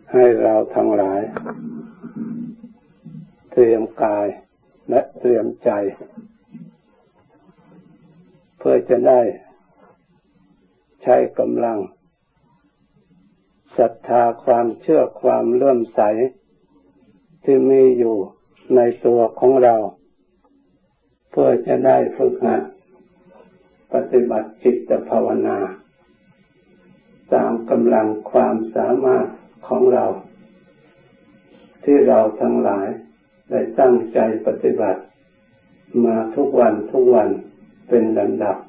ให้เราทั้งหลายเตรียมกายและเตรียมใจเพื่อจะได้ใช้กำลังศรัทธาความเชื่อความเลื่อมใสที่มีอยู่ในตัวของเราเพื่อจะได้ฝึกหัดปฏิบัติจิตภาวนาตามกำลังความสามารถของเราที่เราทั้งหลายได้ตั้งใจปฏิบัติมาทุกวันเป็นลำดับ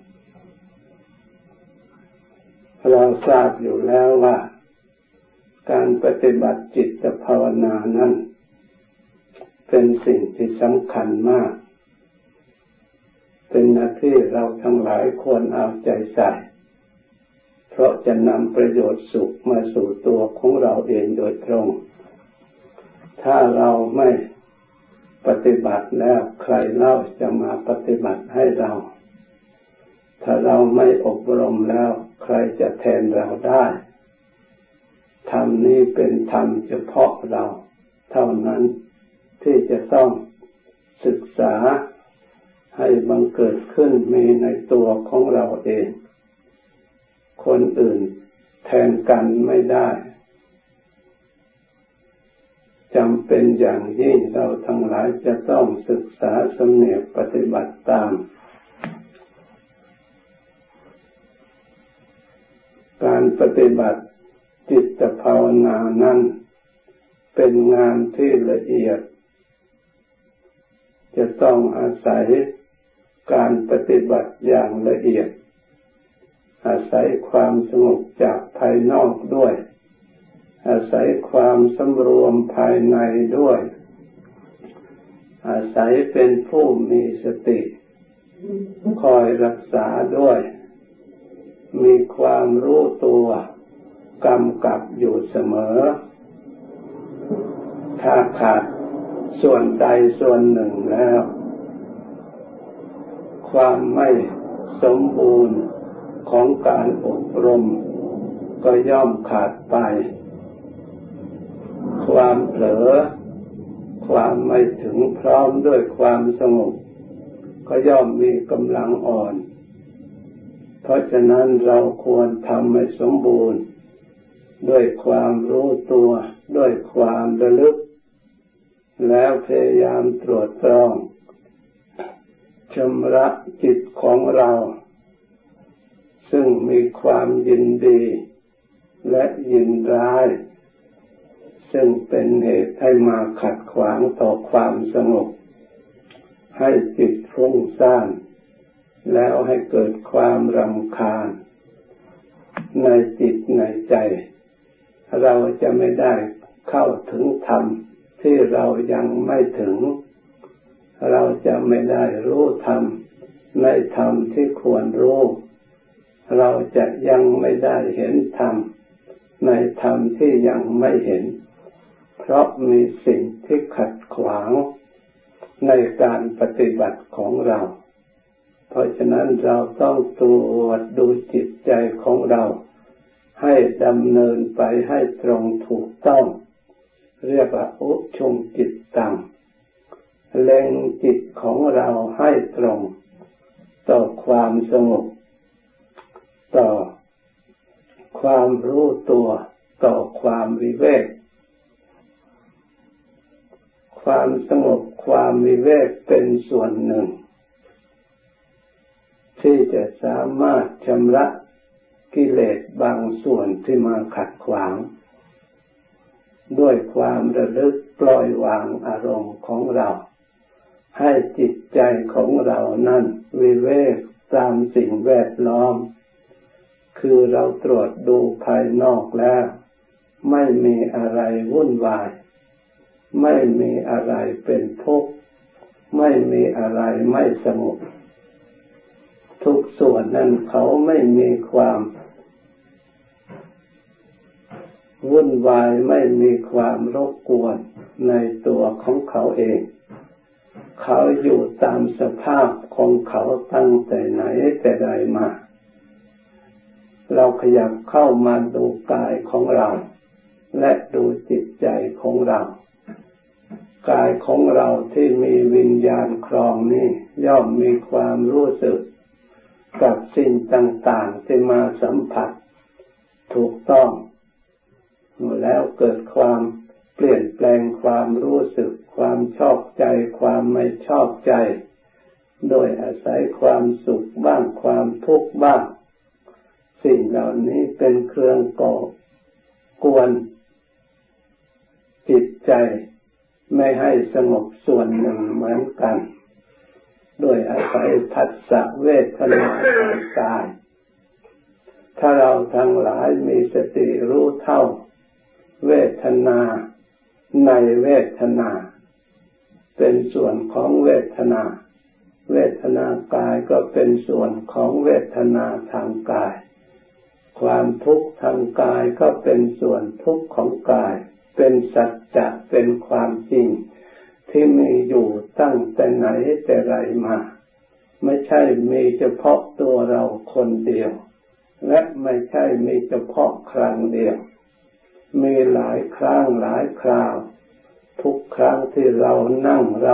เราทราบอยู่แล้วว่าการปฏิบัติจิตภาวนานั้นเป็นสิ่งที่สำคัญมากเป็นหน้าที่เราทั้งหลายควรเอาใจใส่เพราะจะนำประโยชน์สุขมาสู่ตัวของเราเองโดยตรงถ้าเราไม่ปฏิบัติแล้วใครเล่าจะมาปฏิบัติให้เราถ้าเราไม่อบรมแล้วใครจะแทนเราได้ธรรมนี้เป็นธรรมเฉพาะเราเท่านั้นที่จะต้องศึกษาให้บังเกิดขึ้นมีในตัวของเราเองคนอื่นแทนกันไม่ได้จำเป็นอย่างยิ่งเราทั้งหลายจะต้องศึกษาสำเนียกปฏิบัติตามการปฏิบัติจิตภาวนานั้นเป็นงานที่ละเอียดจะต้องอาศัยการปฏิบัติอย่างละเอียดอาศัยความสงบจากภายนอกด้วยอาศัยความสำรวมภายในด้วยอาศัยเป็นผู้มีสติคอยรักษาด้วยมีความรู้ตัวกำกับอยู่เสมอถ้าขาดส่วนใดส่วนหนึ่งแล้วความไม่สมบูรณ์ของการอบรมก็ย่อมขาดไปความเผลอความไม่ถึงพร้อมด้วยความสงบก็ย่อมมีกำลังอ่อนเพราะฉะนั้นเราควรทำให้สมบูรณ์ด้วยความรู้ตัวด้วยความระลึกแล้วพยายามตรวจตรองชำระจิตของเราซึ่งมีความยินดีและยินร้ายซึ่งเป็นเหตุให้มาขัดขวางต่อความสงบให้จิตฟุ้งซ่านแล้วให้เกิดความรำคาญในจิตในใจเราจะไม่ได้เข้าถึงธรรมที่เรายังไม่ถึงเราจะไม่ได้รู้ธรรมในธรรมที่ควรรู้เราจะยังไม่ได้เห็นธรรมในธรรมที่ยังไม่เห็นเพราะมีสิ่งที่ขัดขวางในการปฏิบัติของเราเพราะฉะนั้นเราต้องตรวจดูจิตใจของเราให้ดำเนินไปให้ตรงถูกต้องเรียกว่าอุชุมจิตตังเล็งจิตของเราให้ตรงต่อความสงบต่อความรู้ตัวต่อความวิเวกความสงบความวิเวกเป็นส่วนหนึ่งที่จะสามารถชำระกิเลสบางส่วนที่มาขัดขวางด้วยความระลึกปล่อยวางอารมณ์ของเราให้จิตใจของเรานั้นวิเวกตามสิ่งแวดล้อมคือเราตรวจดูภายนอกแล้วไม่มีอะไรวุ่นวายไม่มีอะไรเป็นทุกข์ไม่มีอะไรไม่สงบทุกส่วนนั้นเขาไม่มีความวุ่นวายไม่มีความรบกวนในตัวของเขาเองเขาอยู่ตามสภาพของเขาตั้งแต่ไหนแต่ใดมาเราขยับเข้ามาดูกายของเราและดูจิตใจของเรากายของเราที่มีวิญญาณครองนี้ย่อมมีความรู้สึกกับสิ่งต่างๆที่มาสัมผัสถูกต้องแล้วเกิดความเปลี่ยนแปลงความรู้สึกความชอบใจความไม่ชอบใจโดยอาศัยความสุขบ้างความทุกข์บ้างสิ่งเหล่านี้เป็นเครื่องก่อกวนจิตใจไม่ให้สงบส่วนหนึ่งเหมือนกันโดยอาศัยผัสสะเวทนาทางกายถ้าเราทั้งหลายมีสติรู้เท่าเวทนาในเวทนาเป็นส่วนของเวทนาเวทนากายก็เป็นส่วนของเวทนาทางกายความทุกข์ทางกายก็เป็นส่วนทุกข์ของกายเป็นสัจจะเป็นความจริงที่มีอยู่ตั้งแต่ไหนแต่ไรมาไม่ใช่มีเฉพาะตัวเราคนเดียวและไม่ใช่มีเฉพาะครั้งเดียวมีหลายครั้งหลายคราวทุกครั้งที่เรานั่งเรา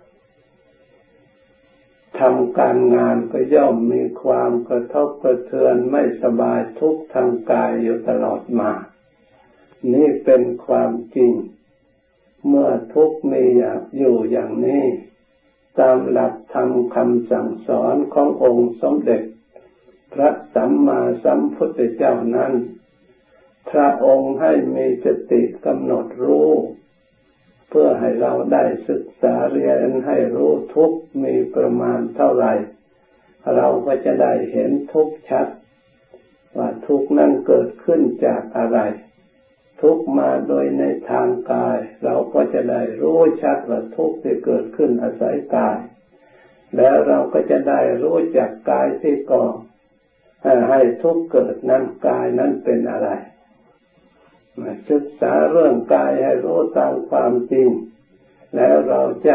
ทำการงานก็ย่อมมีความกระทบกระเทือนไม่สบายทุกข์ทางกายอยู่ตลอดมานี่เป็นความจริงเมื่อทุกข์มีอยู่อย่างนี้ตามหลักธรรมคำสั่งสอนขององค์สมเด็จพระสัมมาสัมพุทธเจ้านั้นพระองค์ให้มีสติกำหนดรู้เพื่อให้เราได้ศึกษาเรียนให้รู้ทุกข์มีประมาณเท่าไหร่เราก็จะได้เห็นทุกข์ชัดว่าทุกข์นั้นเกิดขึ้นจากอะไรทุกข์มาโดยในทางกายเราก็จะได้รู้ชัดว่าทุกข์ที่เกิดขึ้นอาศัยกายแล้วเราก็จะได้รู้จักกายที่ก่อให้ทุกข์เกิดนั้นกายนั้นเป็นอะไรศึกษาเรื่องกายให้รู้ตามความจริงแล้วเราจะ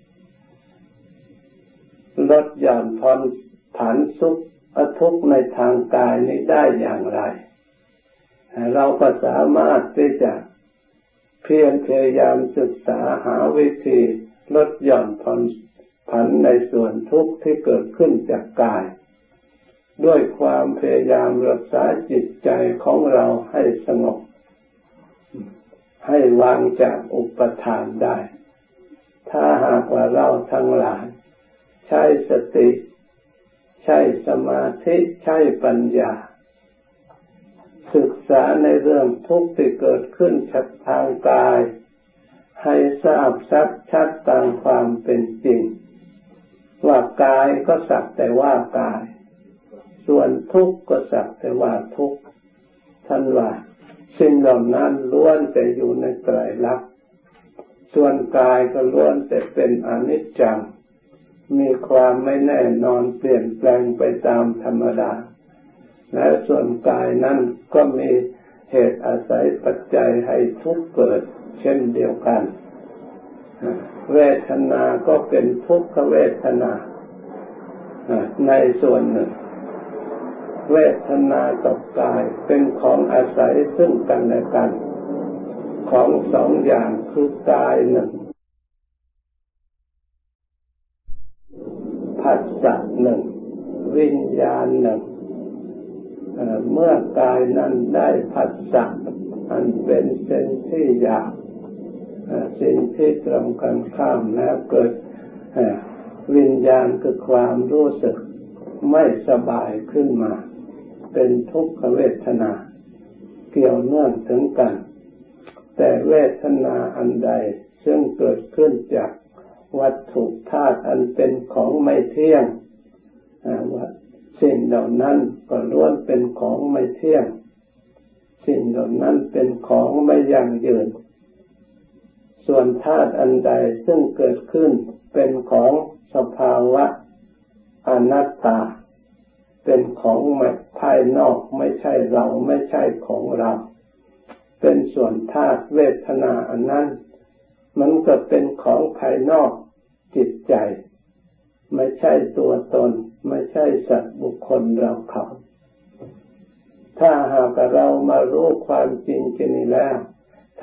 ลดหย่อนผ่อนผันทุกข์ในทางกายนี้ได้อย่างไรเราก็สามารถที่จะพยายามศึกษาหาวิธีลดหย่อนผ่อนผันในส่วนทุกข์ที่เกิดขึ้นจากกายด้วยความพยายามรักษาจิตใจของเราให้สงบให้วางจากอุปทานได้ถ้าหากว่าเราทั้งหลายใช้สติใช้สมาธิใช้ปัญญาศึกษาในเรื่องทุกข์ที่เกิดขึ้นจากทางกายให้ทราบชัดตามความเป็นจริงว่ากายก็สักแต่ว่ากายส่วนทุกข์ก็สักแต่ว่าทุกข์ท่านว่าสิ่งเหล่านั้นล้วนแต่อยู่ในไตรลักษณ์ส่วนกายก็ล้วนแต่เป็นอนิจจังมีความไม่แน่นอนเปลี่ยนแปลงไปตามธรรมดาและส่วนกายนั้นก็มีเหตุอาศัยปัจจัยให้ทุกข์เกิดเช่นเดียวกันเวทนาก็เป็นทุกขเวทนาในส่วนหนึ่งเวทนากับกายเป็นของอาศัยซึ่งกันและกันของสองอย่างคือกายหนึ่งผัสสะหนึ่งวิญญาณหนึ่งเมื่อกายนั้นได้ผัสสะอันเป็นสิ่งที่หยาบสิ่งที่ตรงกันข้ามแล้วเกิดวิญญาณคือความรู้สึกไม่สบายขึ้นมาเป็นทุกขเวทนาเกี่ยวเนื่องถึงกันแต่เวทนาอันใดซึ่งเกิดขึ้นจากวัตถุธาตุอันเป็นของไม่เที่ยงสิ่งเหล่านั้นก็ล้วนเป็นของไม่เที่ยงสิ่งเหล่านั้นเป็นของไม่ยั่งยืนส่วนธาตุอันใดซึ่งเกิดขึ้นเป็นของสภาวะอนัตตาเป็นของภายนอกไม่ใช่เราไม่ใช่ของเราเป็นส่วนธาตุเวทนาอันนั้นมันก็เป็นของภายนอกจิตใจไม่ใช่ตัวตนไม่ใช่สัตว์บุคคลเราเขาถ้าหากเรามารู้ความจริงนี้แล้ว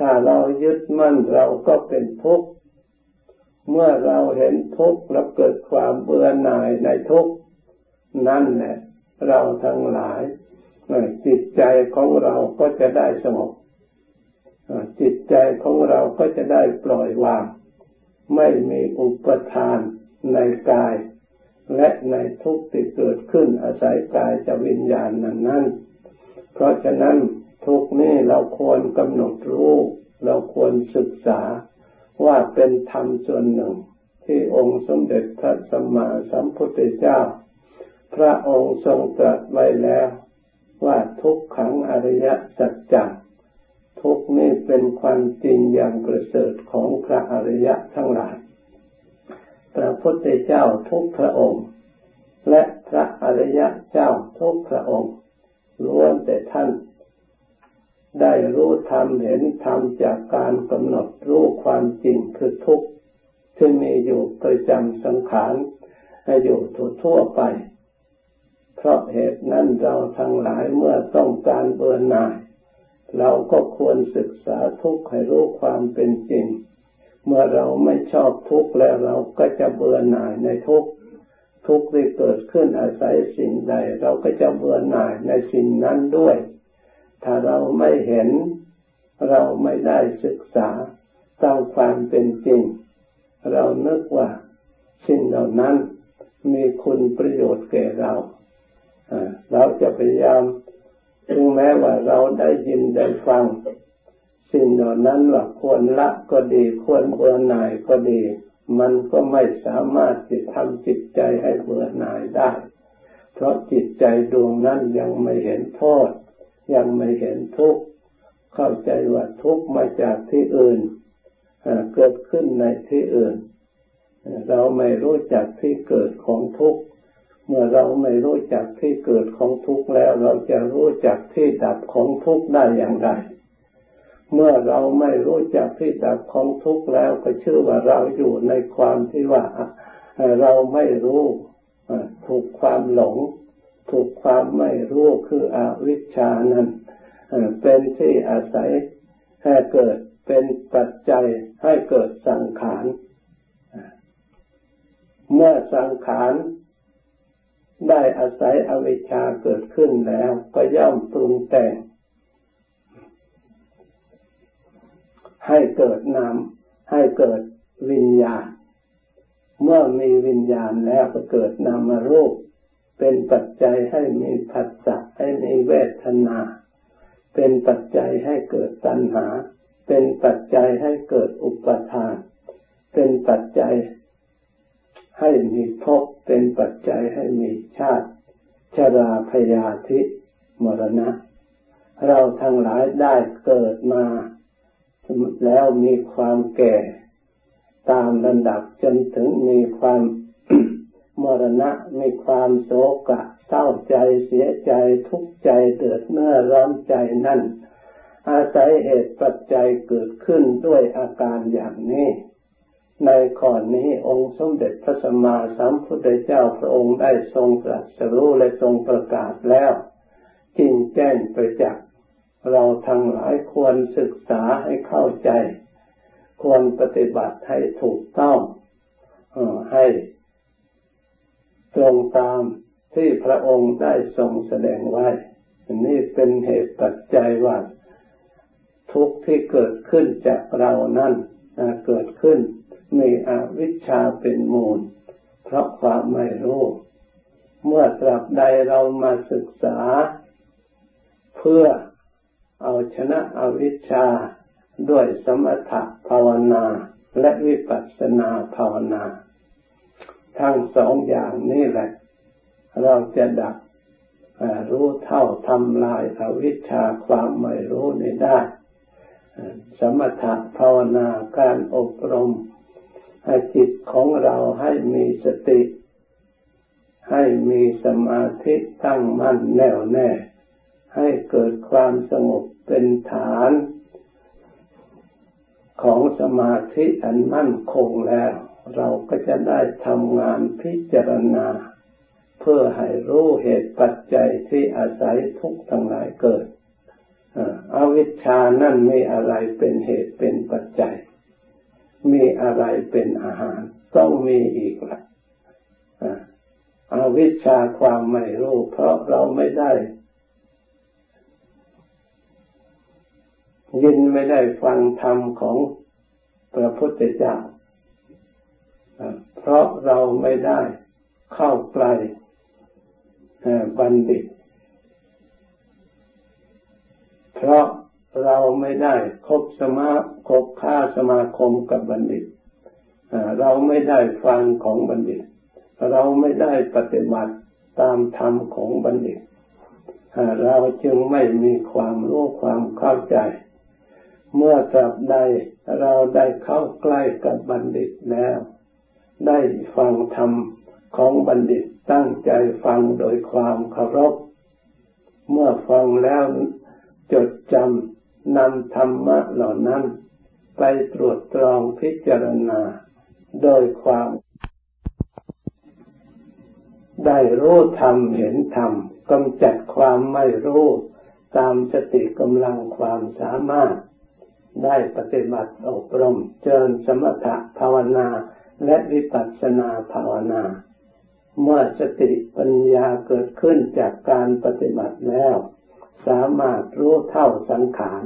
ถ้าเรายึดมั่นเราก็เป็นทุกข์เมื่อเราเห็นทุกข์แล้วเกิดความเบื่อหน่ายในทุกข์นั่นแหละเราทั้งหลายจิตใจของเราก็จะได้สงบจิตใจของเราก็จะได้ปล่อยวางไม่มีอุปทานในกายและในทุกข์ที่เกิดขึ้นอาศัยกายจะวิญญาณนั้นเพราะฉะนั้นทุกข์นี้เราควรกำหนดรู้เราควรศึกษาว่าเป็นธรรมส่วนหนึ่งที่องค์สมเด็จพระสัมมาสัมพุทธเจ้าพระองค์ทรงตรัสไว้แล้วว่าทุกขังอริยสัจจังทุกข์นี้เป็นความจริงอย่างประเสริฐของพระอริยะทั้งหลายพระพุทธเจ้าทุกพระองค์และพระอริยะเจ้าทุกพระองค์ล้วนแต่ท่านได้รู้ธรรมเห็นธรรมจากการกำหนดรู้ความจริงคือทุกข์ที่มีอยู่ประจำสังขารอยู่ทั่วไปเพราะเหตุนั้นเราทั้งหลายเมื่อต้องการเบื่อหน่ายเราก็ควรศึกษาทุกข์ให้รู้ความเป็นจริงเมื่อเราไม่ชอบทุกข์แล้วเราก็จะเบื่อหน่ายในทุกข์ทุกข์ที่เกิดขึ้นอาศัยสิ่งใดเราก็จะเบื่อหน่ายในสิ่งนั้นด้วยถ้าเราไม่เห็นเราไม่ได้ศึกษาตามความเป็นจริงเรานึกว่าสิ่งเหล่านั้นมีคุณประโยชน์แก่เราเราจะพยายามถึงแม้ว่าเราได้ยินได้ฟังสิ่งเหล่านั้นว่าควรละก็ดีควรเบื่อหน่ายก็ดีมันก็ไม่สามารถจะทำจิตใจให้เบื่อหน่ายได้เพราะจิตใจดวงนั้นยังไม่เห็นโทษยังไม่เห็นทุกข์เข้าใจว่าทุกข์มาจากที่อื่นเกิดขึ้นในที่อื่นเราไม่รู้จักที่เกิดของทุกข์เมื่อเราไม่รู้จักที่เกิดของทุกข์แล้วเราจะรู้จักที่ดับของทุกข์ได้อย่างไรเมื่อเราไม่รู้จักที่ดับของทุกข์แล้วก็ชื่อว่าเราอยู่ในความที่ว่าเราไม่รู้ถูกความหลงถูกความไม่รู้คืออวิชชานั้นเป็นที่อาศัยให้เกิดเป็นปัจจัยให้เกิดสังขารเมื่อสังขารได้อาศัยอวิชชาเกิดขึ้นแล้วก็ย่อมปรุงแต่งให้เกิดนามให้เกิดวิญญาณเมื่อมีวิญญาณแล้วก็เกิดนามรูปเป็นปัจจัยให้มีผัสสะให้มีเวทนาเป็นปัจจัยให้เกิดตัณหาเป็นปัจจัยให้เกิดอุปาทานเป็นปัจจัยให้มีภพเป็นปัจจัยให้มีชาติชราพยาธิมรณะเราทั้งหลายได้เกิดมาแล้วมีความแก่ตามลำดับจนถึงมีความ มรณะมีความโศกเศร้าใจเสียใจทุกข์ใจเดือดเนื้อร้อนใจนั่นอาศัยเหตุปัจจัยเกิดขึ้นด้วยอาการอย่างนี้ในข้อนี้องค์สมเด็จพระสัมมาสัมพุทธเจ้าพระองค์ได้ทรงตรัสรู้และทรงประกาศแล้วจริงแจ้งประจักษ์เราทั้งหลายควรศึกษาให้เข้าใจควรปฏิบัติให้ถูกต้องให้ตรงตามที่พระองค์ได้ทรงแสดงไว้นี่เป็นเหตุปัจจัยว่าทุกข์ที่เกิดขึ้นจากเรานั้นเกิดขึ้นมีอวิชชาเป็นมูลเพราะความไม่รู้เมื่อตราบใดเรามาศึกษาเพื่อเอาชนะอวิชชาด้วยสมถะภาวนาและวิปัสสนาภาวนาทั้งสองอย่างนี้แหละเราจะดับรู้เท่าทำลายอวิชชาความไม่รู้นี้ได้สมถะภาวนาการอบรมให้จิตของเราให้มีสติให้มีสมาธิตั้งมั่นแน่วแน่ให้เกิดความสงบเป็นฐานของสมาธิอันมั่นคงแล้วเราก็จะได้ทำงานพิจารณาเพื่อให้รู้เหตุปัจจัยที่อาศัยทุกข์ทั้งหลายเกิดอวิชชานั่นมีอะไรเป็นเหตุเป็นปัจจัยมีอะไรเป็นอาหารต้องมีอีกละอวิชชาความไม่รู้เพราะเราไม่ได้ยินไม่ได้ฟังธรรมของพระพุทธเจ้าเพราะเราไม่ได้เข้าใกล้บัณฑิตเพราะเราไม่ได้คบค้าสมาคมกับบัณฑิตเราไม่ได้ฟังของบัณฑิตเราไม่ได้ปฏิบัติตามธรรมของบัณฑิตเราจึงไม่มีความรู้ความเข้าใจเมื่อตราบใดเราได้เข้าใกล้กับบัณฑิตแล้วได้ฟังธรรมของบัณฑิตตั้งใจฟังโดยความเคารพเมื่อฟังแล้วจดจำนำธรรมะเหล่านั้นไปตรวจตรองพิจารณาโดยความได้รู้ธรรมเห็นธรรมกำจัดความไม่รู้ตามสติกำลังความสามารถได้ปฏิบัติอบรมเจริญสมถะภาวนาและวิปัสสนาภาวนาเมื่อสติปัญญาเกิดขึ้นจากการปฏิบัติแล้วสามารถรู้เท่าสังขาร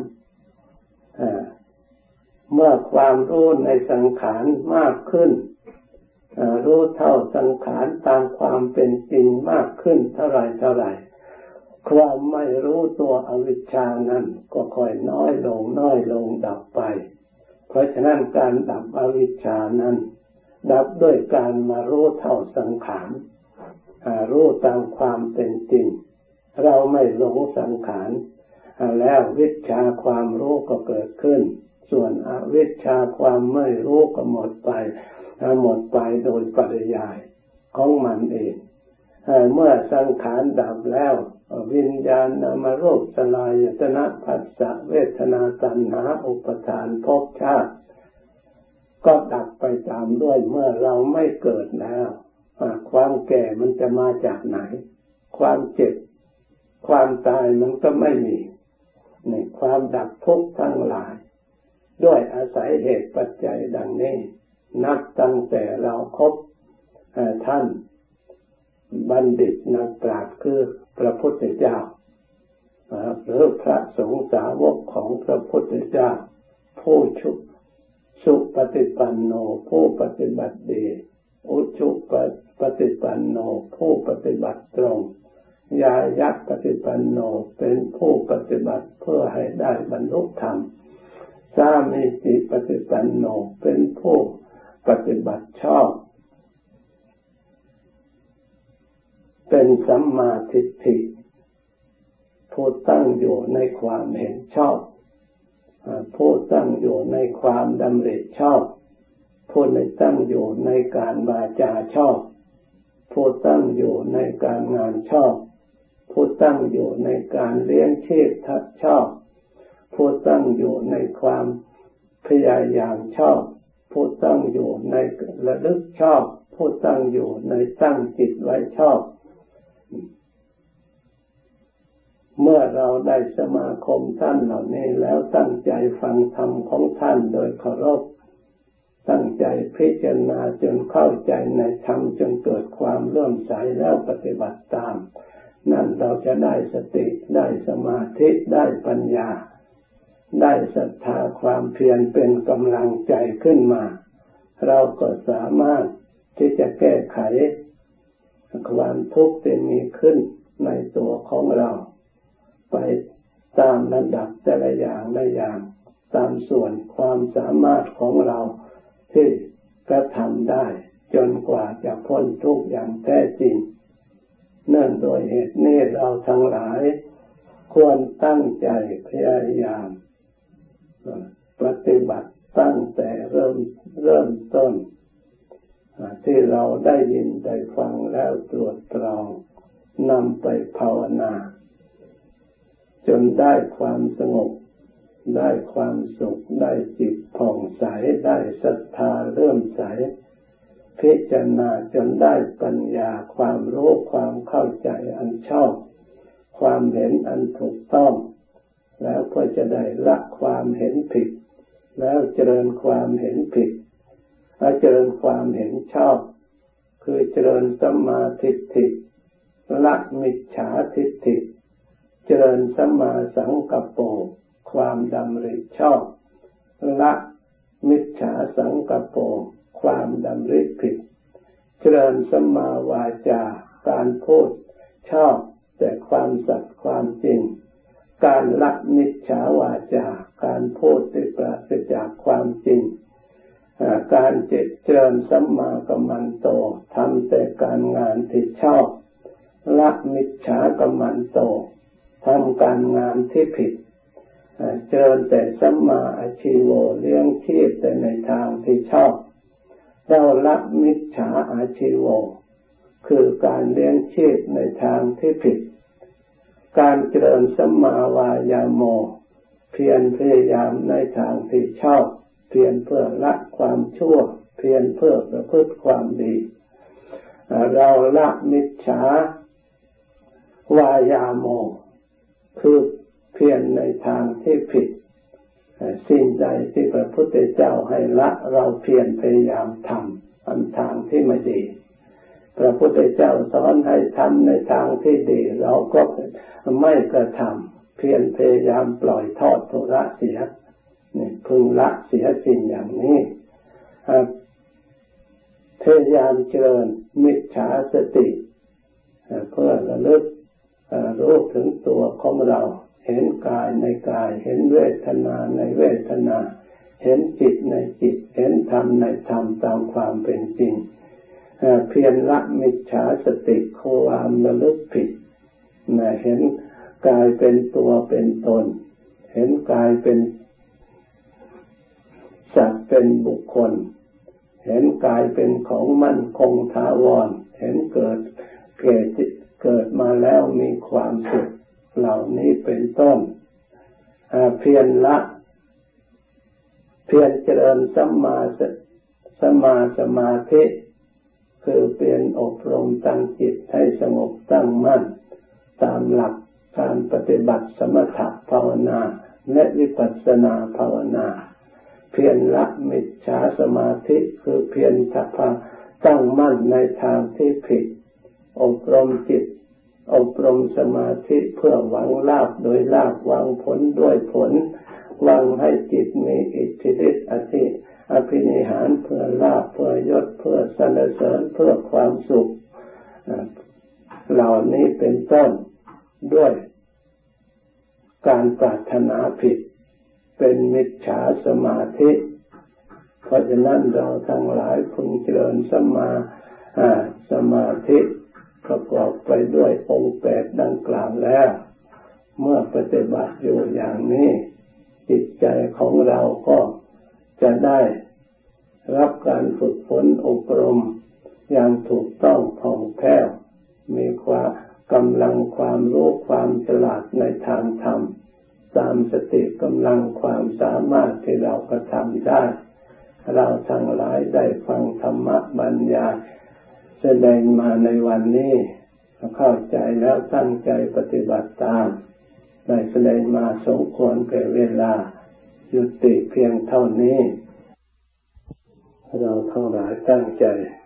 เมื่อความรู้ในสังขารมากขึ้นรู้เท่าสังขารตามความเป็นจริงมากขึ้นเท่าไรความไม่รู้ตัวอวิชชานั้นก็ค่อยน้อยลงดับไปเพราะฉะนั้นการดับอวิชชานั้นดับด้วยการมารู้เท่าสังขารรู้ตามความเป็นจริงเราไม่หลงสังขารแล้ววิชชาความรู้ก็เกิดขึ้นส่วนอวิชชาความไม่รู้ก็หมดไปโดยปริยายของมันเองเมื่อสังขารดับแล้ววิญญาณนามรูปสลายตนะผัสสะเวทนาตัณหาอุปทานภพชาติก็ดับไปตามด้วยเมื่อเราไม่เกิดแล้วความแก่มันจะมาจากไหนความเจ็บความตายมันก็ไม่มีในความดับทุกข์ทั้งหลายด้วยอาศัยเหตุปัจจัยดังนี้นับตั้งแต่เราคบท่านบัณฑิตนักปราชญ์คือพระพุทธเจ้าหรือพระสงฆ์สาวกของพระพุทธเจ้าผู้สุปฏิปันโนผู้ปฏิบัติดีอุชุปฏิปันโนผู้ปฏิบัติตรงยายัปฏิปันโนเป็นผู้ปฏิบัติเพื่อให้ได้บรรลุธรรมสามีจิปฏิปันโนเป็นผู้ปฏิบัติชอบเป็นสัมมาทิฏฐิผู้ตั้งอยู่ในความเห็นชอบผู้ตั้งอยู่ในความดำริชอบผู้ตั้งอยู่ในการวาจาชอบผู้ตั้งอยู่ในการงานชอบผู้ตั้งอยู่ในการเลี้ยงชีพชอบผู้ตั้งอยู่ในความพยายามชอบผู้ตั้งอยู่ในระลึกชอบผู้ตั้งอยู่ในตั้งจิตไว้ชอบเมื่อเราได้สมาคมท่านเหล่านี้แล้วตั้งใจฟังธรรมของท่านโดยเคารพตั้งใจพิจารณาจนเข้าใจในธรรมจนเกิดความเลื่อมใสแล้วปฏิบัติตามนั่นเราจะได้สติได้สมาธิได้ปัญญาได้ศรัทธาความเพียรเป็นกำลังใจขึ้นมาเราก็สามารถที่จะแก้ไขความทุกข์ที่มีขึ้นในตัวของเราไปตามระดับแต่ละอย่างตามส่วนความสามารถของเราที่กระทำได้จนกว่าจะพ้นทุกข์อย่างแท้จริงเนื่องโดยเหตุนี้เราทั้งหลายควรตั้งใจพยายามปฏิบัติตั้งแต่เริ่มต้นที่เราได้ยินได้ฟังแล้วตรวจตรองนำไปภาวนาจนได้ความสงบได้ความสุขได้จิตผ่องใสได้ศรัทธาเลื่อมใสพิจารณาจนได้ปัญญาความรู้ความเข้าใจอันชอบความเห็นอันถูกต้องแล้วก็จะได้ละความเห็นผิดแล้วเจริญความเห็นผิดเจริญความเห็นชอบคือเจริญสัมมาทิฏฐิละมิจฉาทิฏฐิเจริญสัมมาสังกัปโปความดำริชอบละมิจฉาสังกัปโปความดำริผิดเจริญสัมมาวาจาการพูดชอบแต่ความสัตย์ความจริงการละมิจฉาวาจาการพูดที่ปราศจากความจริงการเจริญสัมมากัมมันโตทำแต่การงานที่ชอบละมิจฉากัมมันโตทำการงานที่ผิดเจริญแต่สัมมาอาชีโวเลี้ยงชีพแต่ในทางที่ชอบเราละมิจฉาอาชีโวคือการเลี้ยงชีพในทางที่ผิดการเจริญสัมมาวายาโมเพียรพยายามในทางที่ชอบเพียรเพื่อละความชั่วเพียรเพื่อประพฤติความดีเราละมิจฉาวายาโมคือเพียรในทางที่ผิดสิ่งใดที่พระพุทธเจ้าให้ละเราเพียรพยายามทำอันทางที่ไม่ดีพระพุทธเจ้าสอนให้ทำในทางที่ดีเราก็ไม่กระทำเพียรพยายามปล่อยทอดทุระเสียนี่พึงละเสียสิ่งอย่างนี้พยายามเจริญมิจฉาสติเพื่อระลึกรู้ถึงตัวของเราเห็นกายในกายเห็นเวทนาในเวทนาเห็นจิตในจิตเห็นธรรมในธรรมตามความเป็นจริงเพียรละมิจฉาสติความระลึกผิดเห็นกายเป็นตัวเป็นตนเห็นกายเป็นสัตว์เป็นบุคคลเห็นกายเป็นของมั่นคงถาวรเห็นเกิดมาแล้วมีความสุขเหล่านี้เป็นต้นเพียรเจริญสัมมาสมาธิคือเปลี่ยนอบรมตั้งจิตให้สงบตั้งมั่นตามหลักการปฏิบัติสมถะภาวนาและวิปัสสนาภาวนาเพียรละมิจฉาสมาธิคือเพียรตั้งมั่นในทางที่ผิดอบรมจิตอบรมสมาธิเพื่อหวังลาภโดยลาภหวังผลด้วยผลหวังให้จิตมีอิทธิฤทธิ์อภินิหารเพื่อลาภเพื่อยศเพื่อสรรเสริญเพื่อความสุขเหล่านี้เป็นต้นด้วยการปรารถนาผิดเป็นมิจฉาสมาธิเพราะฉะนั้นเราทั้งหลายพึงเจริญสัมมาสมาธิประกอบไปด้วยองค์8ดังกล่าวแล้วเมื่อปฏิบัติอยู่อย่างนี้จิตใจของเราก็จะได้รับการฝึกฝนอบรมอย่างถูกต้องผ่องแผ้วมีความกำลังความรู้ความฉลาดในทางธรรมตามสติกำลังความสามารถที่เรากระทำได้เราทั้งหลายได้ฟังธรรมบรรยายแสดงมาในวันนี้เข้าใจแล้วตั้งใจปฏิบัติตามได้แสดงมาสมควรแก่เวลายุติเพียงเท่านี้เราทั้งหลายตั้งใจ